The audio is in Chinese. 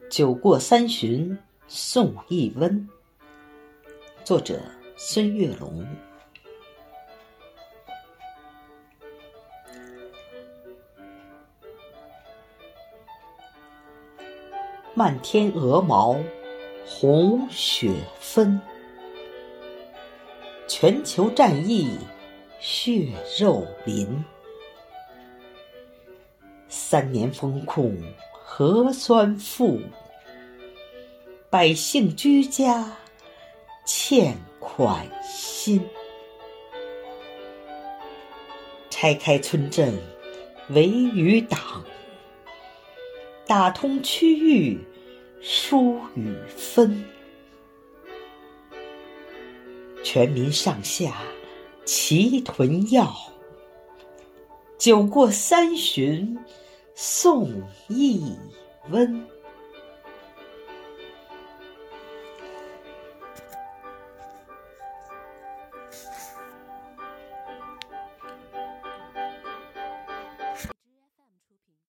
酒过三巡送一温。作者孙月龙。漫天鹅毛红雪纷，全球战役血肉淋。3年封控核酸负，百姓居家欠款心。拆开村镇围与党，打通区域疏与分。全民上下齐囤药，酒过三巡送一温。